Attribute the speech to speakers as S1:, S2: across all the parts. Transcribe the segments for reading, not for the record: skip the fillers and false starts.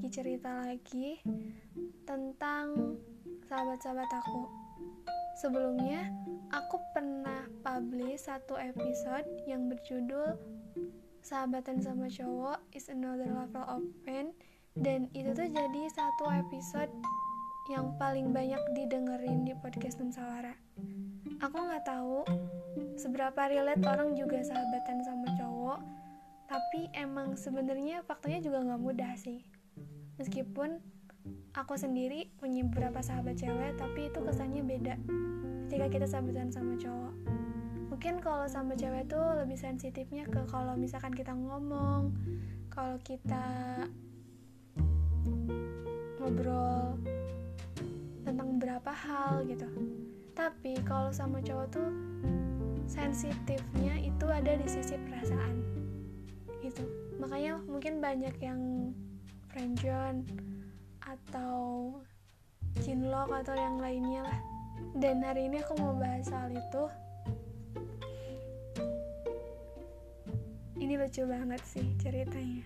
S1: berbagi cerita lagi tentang sahabat-sahabat aku. Sebelumnya, aku pernah publish satu episode yang berjudul Sahabatan sama cowok is another level of pain, dan itu tuh jadi satu episode yang paling banyak didengerin di podcast Nusawara. Aku gak tahu seberapa relate orang juga sahabatan sama cowok, tapi emang sebenarnya faktanya juga gak mudah sih. Meskipun aku sendiri punya beberapa sahabat cewek, tapi itu kesannya beda ketika kita sahabatan sama cowok. Mungkin kalau sama cewek tuh lebih sensitifnya ke kalau misalkan kita ngomong, kalau kita ngobrol tentang beberapa hal gitu. Tapi kalau sama cowok tuh sensitifnya itu ada di sisi perasaan gitu. Makanya mungkin banyak yang friendzone atau cinlok atau yang lainnya lah. Dan hari ini aku mau bahas soal itu. Ini lucu banget sih ceritanya.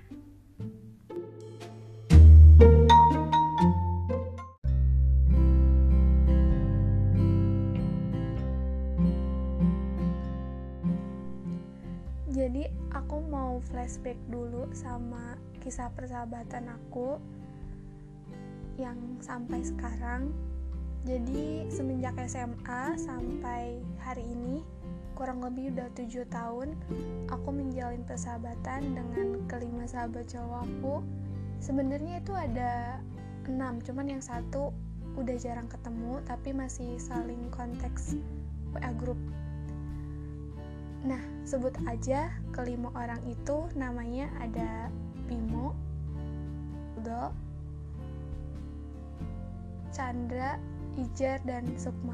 S1: Jadi aku mau flashback dulu sama kisah persahabatan aku yang sampai sekarang. Jadi semenjak SMA sampai hari ini, kurang lebih udah 7 tahun aku menjalin persahabatan dengan kelima sahabat cowok aku. Sebenarnya itu ada 6, cuman yang satu udah jarang ketemu tapi masih saling konteks WA group. Nah, sebut aja kelima orang itu namanya ada Bimo, Aldo, Chandra, Ijar, dan Sukma.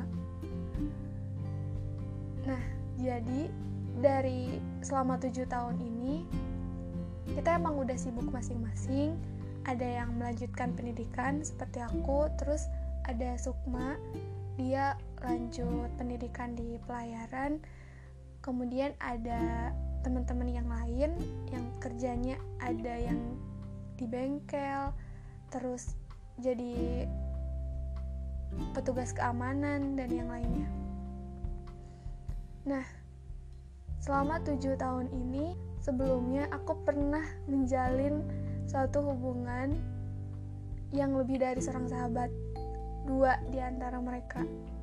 S1: Nah, jadi dari selama 7 tahun ini kita emang udah sibuk masing-masing. Ada yang melanjutkan pendidikan seperti aku, terus ada Sukma, dia lanjut pendidikan di pelayaran. Kemudian ada teman-teman yang lain yang kerjanya ada yang di bengkel, terus jadi petugas keamanan dan yang lainnya. Nah, selama 7 tahun ini sebelumnya aku pernah menjalin suatu hubungan yang lebih dari seorang sahabat, 2 di antara mereka.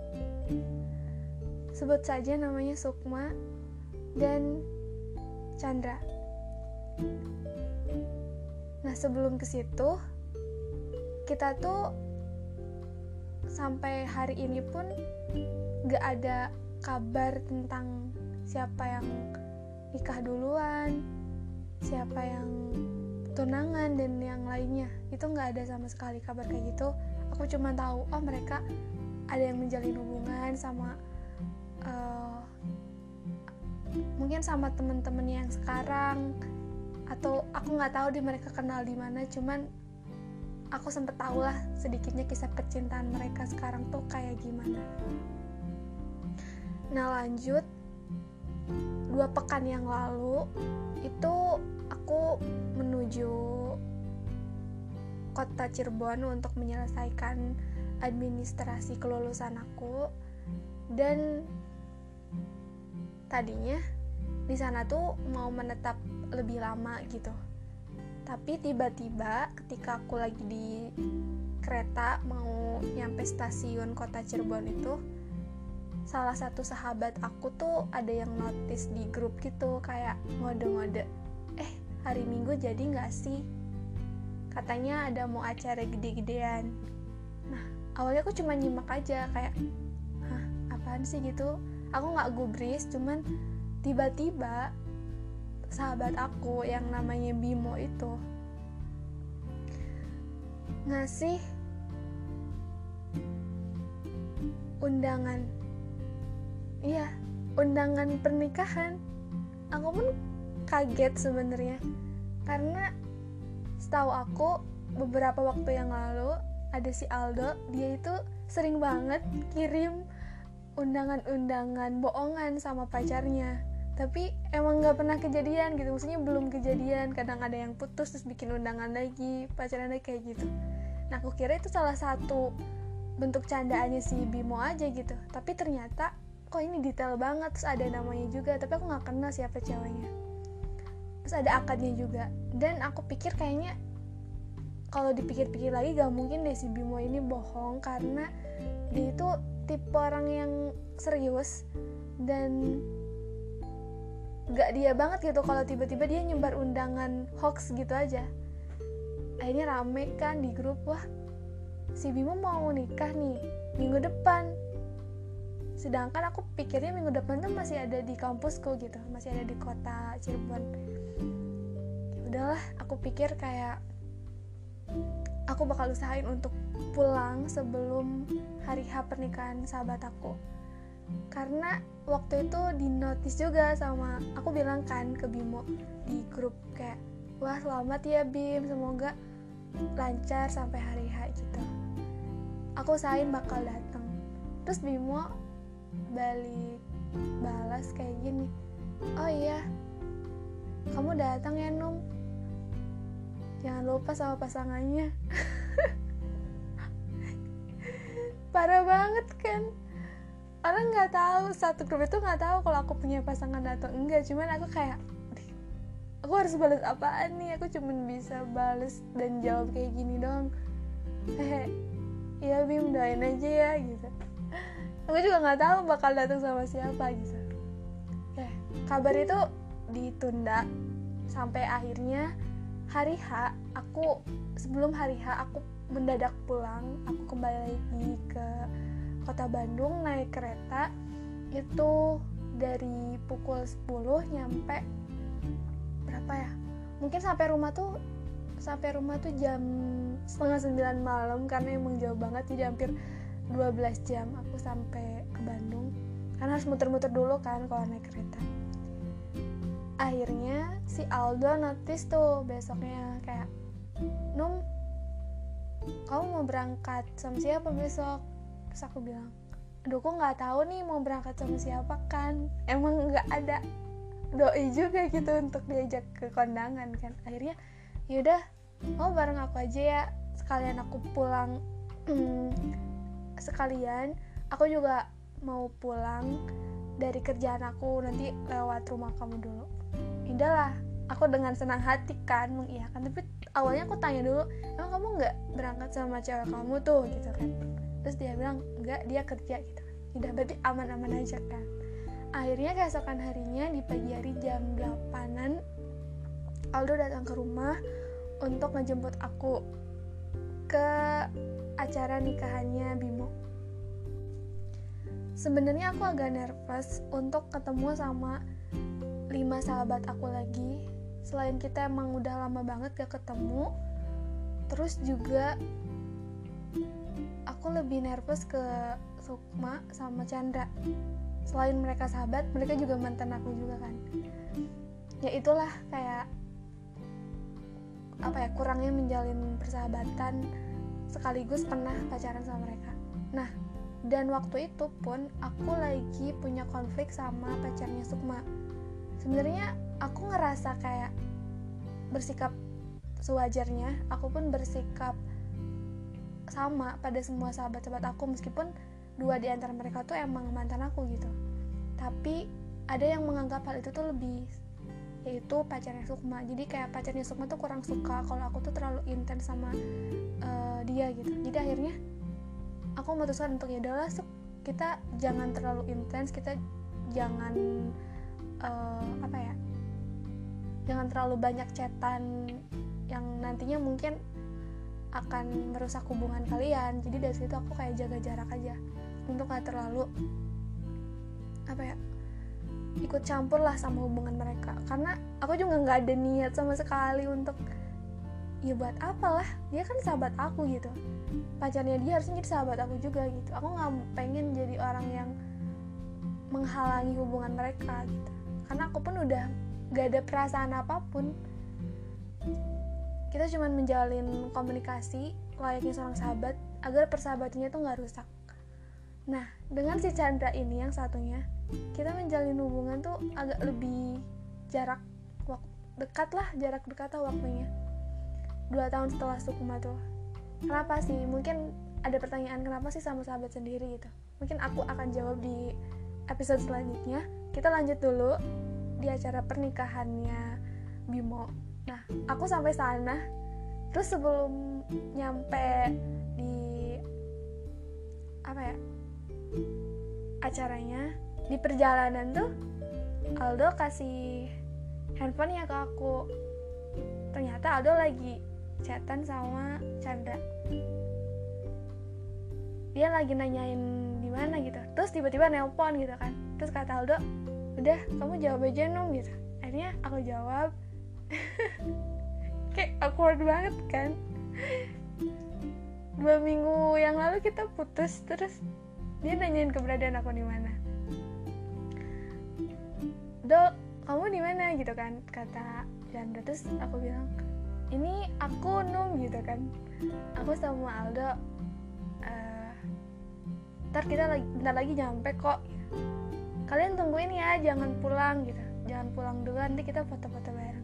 S1: Sebut saja namanya Sukma dan Chandra. Nah, sebelum ke situ kita tuh sampai hari ini pun gak ada kabar tentang siapa yang nikah duluan, siapa yang tunangan, dan yang lainnya. Itu gak ada sama sekali kabar kayak gitu. Aku cuma tahu, oh mereka ada yang menjalin hubungan sama mungkin sama temen-temen yang sekarang, atau aku gak tahu deh mereka kenal di mana. Cuman aku sempet tahu lah sedikitnya kisah percintaan mereka sekarang tuh kayak gimana. Nah, lanjut 2 pekan yang lalu itu aku menuju kota Cirebon untuk menyelesaikan administrasi kelulusan aku. Dan tadinya di sana tuh mau menetap lebih lama gitu. Tapi tiba-tiba ketika aku lagi di kereta mau nyampe stasiun kota Cirebon itu, salah satu sahabat aku tuh ada yang notice di grup gitu, kayak ngode-ngode, hari Minggu jadi gak sih? Katanya ada mau acara gede-gedean. Nah, awalnya aku cuma nyimak aja kayak, hah, apaan sih gitu? Aku gak gubris, cuman tiba-tiba sahabat aku yang namanya Bimo itu ngasih undangan pernikahan. Aku pun kaget sebenarnya, karena setahu aku beberapa waktu yang lalu ada si Aldo, dia itu sering banget kirim undangan-undangan bohongan sama pacarnya. tapi emang nggak pernah kejadian gitu, maksudnya belum kejadian. Kadang ada yang putus terus bikin undangan lagi, pacaran lagi kayak gitu. Nah aku kira itu salah satu bentuk candaannya si Bimo aja gitu, tapi ternyata kok ini detail banget. Terus ada namanya juga, tapi aku nggak kenal siapa ceweknya. Terus ada akadnya juga, dan aku pikir kayaknya kalau dipikir-pikir lagi gak mungkin deh si Bimo ini bohong, karena dia itu tipe orang yang serius dan gak dia banget gitu kalau tiba-tiba dia nyebar undangan hoax gitu aja. Akhirnya rame kan di grup, wah si Bimo mau nikah nih minggu depan. Sedangkan aku pikirnya minggu depan tuh masih ada di kampusku gitu, masih ada di kota Cirebon. Ya udahlah, aku pikir kayak aku bakal usahain untuk pulang sebelum hari H pernikahan sahabat aku. Karena waktu itu di notice juga sama, aku bilang kan ke Bimo di grup kayak, wah selamat ya Bim, semoga lancar sampai hari H gitu. Aku usahain bakal datang. Terus Bimo balas kayak gini, oh iya kamu datang ya Num, jangan lupa sama pasangannya. Parah banget kan, orang nggak tahu, satu grup itu nggak tahu kalau aku punya pasangan atau enggak. Cuman aku kayak, aku harus balas apaan nih, aku cuman bisa balas dan jawab kayak gini doang, iya Bim doain aja ya gitu. Aku juga nggak tahu bakal datang sama siapa gitu. Kabar itu ditunda sampai akhirnya hari H, sebelum hari H aku mendadak pulang. Aku kembali lagi ke kota Bandung naik kereta. Itu dari pukul 10 nyampe berapa ya? Mungkin sampai rumah tuh jam 8:30 malam, karena emang jauh banget, jadi hampir 12 jam aku sampai ke Bandung. Karena harus muter-muter dulu kan kalau naik kereta. Akhirnya si Aldo notice tuh besoknya kayak, Num, kamu mau berangkat sama siapa besok? Terus aku bilang, aduh aku nggak tahu nih mau berangkat sama siapa, kan emang nggak ada doi juga gitu untuk diajak ke kondangan kan. Akhirnya yaudah, mau bareng aku aja ya, sekalian aku pulang. Sekalian aku juga mau pulang dari kerjaan aku, nanti lewat rumah kamu dulu. Udahlah, aku dengan senang hati kan mengiyakan. Tapi awalnya aku tanya dulu, emang kamu nggak berangkat sama cewek kamu tuh gitu kan? Terus dia bilang enggak, dia kerja gitu. Udah, berarti aman-aman aja kan. Akhirnya keesokan harinya di pagi hari jam 8-an Aldo datang ke rumah untuk ngejemput aku ke acara nikahannya Bimo. Sebenarnya aku agak nervous untuk ketemu sama 5 sahabat aku lagi. Selain kita emang udah lama banget gak ketemu, terus juga aku lebih nervous ke Sukma sama Chandra. Selain mereka sahabat, mereka juga mantan aku juga kan. Ya itulah kayak kurangnya menjalin persahabatan sekaligus pernah pacaran sama mereka. Nah, dan waktu itu pun aku lagi punya konflik sama pacarnya Sukma. Sebenarnya aku ngerasa kayak bersikap sewajarnya, aku pun bersikap sama pada semua sahabat-sahabat aku, meskipun 2 di antara mereka tuh emang mantan aku gitu. Tapi ada yang menganggap hal itu tuh lebih, yaitu pacarnya Sukma. Jadi kayak pacarnya Sukma tuh kurang suka kalau aku tuh terlalu intens sama dia gitu. Jadi akhirnya aku memutuskan untuk ya udahlah Suk, kita jangan terlalu intens, kita jangan jangan terlalu banyak chatan yang nantinya mungkin akan merusak hubungan kalian. Jadi dari situ aku kayak jaga jarak aja untuk gak terlalu ikut campur lah sama hubungan mereka, karena aku juga gak ada niat sama sekali untuk, ya buat apalah, dia kan sahabat aku gitu, pacarnya dia harusnya jadi sahabat aku juga gitu. Aku gak pengen jadi orang yang menghalangi hubungan mereka gitu, karena aku pun udah gak ada perasaan apapun. Kita cuma menjalin komunikasi layaknya seorang sahabat agar persahabatannya tuh gak rusak. Nah, dengan si Chandra ini yang satunya, kita menjalin hubungan tuh agak lebih jarak dekat lah waktunya. 2 tahun setelah Sukma tuh. Kenapa sih? Mungkin ada pertanyaan kenapa sih sama sahabat sendiri gitu. Mungkin aku akan jawab di episode selanjutnya. Kita lanjut dulu di acara pernikahannya Bimo. Nah, aku sampai sana. Terus sebelum nyampe di acaranya, di perjalanan tuh Aldo kasih handphonenya ke aku. Ternyata Aldo lagi chatan sama Chandra. Dia lagi nanyain di mana gitu. Terus tiba-tiba nelpon gitu kan. Terus kata Aldo, "Udah, kamu jawab aja Num," gitu. Akhirnya aku jawab. Kayak awkward banget kan. 2 minggu yang lalu kita putus, terus dia nanyain keberadaan aku di mana. "Dok, kamu di mana?" gitu kan, kata Chandra. Terus aku bilang, "Ini aku Num," gitu kan. "Aku sama Aldo. Ntar kita bentar lagi nyampe kok. Kalian tungguin ya, jangan pulang gitu. Jangan pulang dulu, nanti kita foto-foto bareng."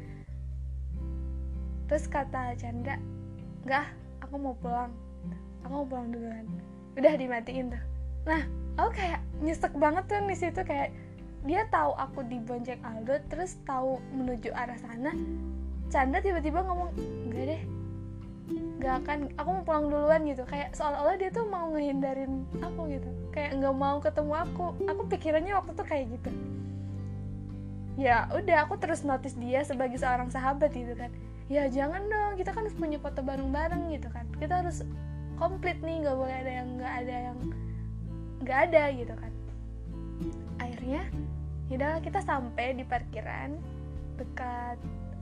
S1: Terus kata Chandra, "Enggak, aku mau pulang. Aku mau pulang duluan." Udah dimatiin tuh. Nah, aku kayak nyesek banget tuh di situ, kayak dia tahu aku dibonceng Aldo, terus tahu menuju arah sana. Chandra tiba-tiba ngomong, "Enggak deh, enggak akan, aku mau pulang duluan," gitu. Kayak seolah-olah dia tuh mau ngehindarin aku gitu, kayak nggak mau ketemu aku. Aku pikirannya waktu itu kayak gitu. Ya udah, aku terus notice dia sebagai seorang sahabat gitu kan. Ya jangan dong, kita kan harus punya foto bareng-bareng gitu kan. Kita harus komplit nih, nggak boleh ada yang nggak ada gitu kan. Akhirnya yaudah, kita sampai di parkiran dekat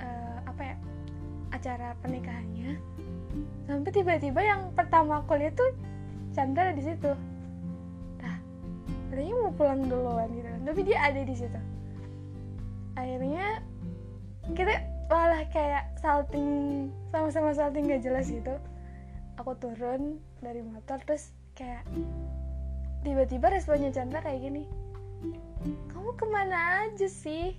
S1: acara pernikahannya. Sampai tiba-tiba yang pertama aku lihat tuh Chandra ada di situ. Nah, katanya mau pulang duluan gitu kan, tapi dia ada di situ. Akhirnya kita malah kayak sama-sama salting gak jelas gitu. Aku turun dari motor, terus kayak tiba-tiba responnya Chandra kayak gini, "Kamu kemana aja sih?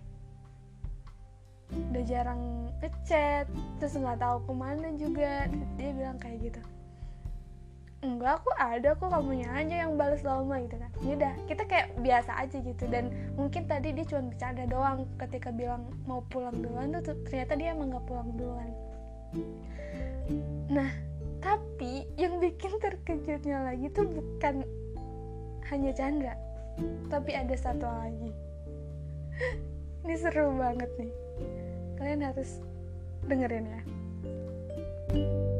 S1: Udah jarang ngechat, terus nggak tahu kemana juga." Dia bilang kayak gitu. "Enggak, aku ada kok, kamunya aja yang balas lama," gitu kan. Yaudah, kita kayak biasa aja gitu. Dan mungkin tadi dia cuma bercanda doang ketika bilang mau pulang duluan tuh, ternyata dia emang nggak pulang duluan. Nah, tapi yang bikin terkejutnya lagi tuh bukan hanya Chandra, tapi ada satu lagi. Ini seru banget nih, kalian harus dengerin ya.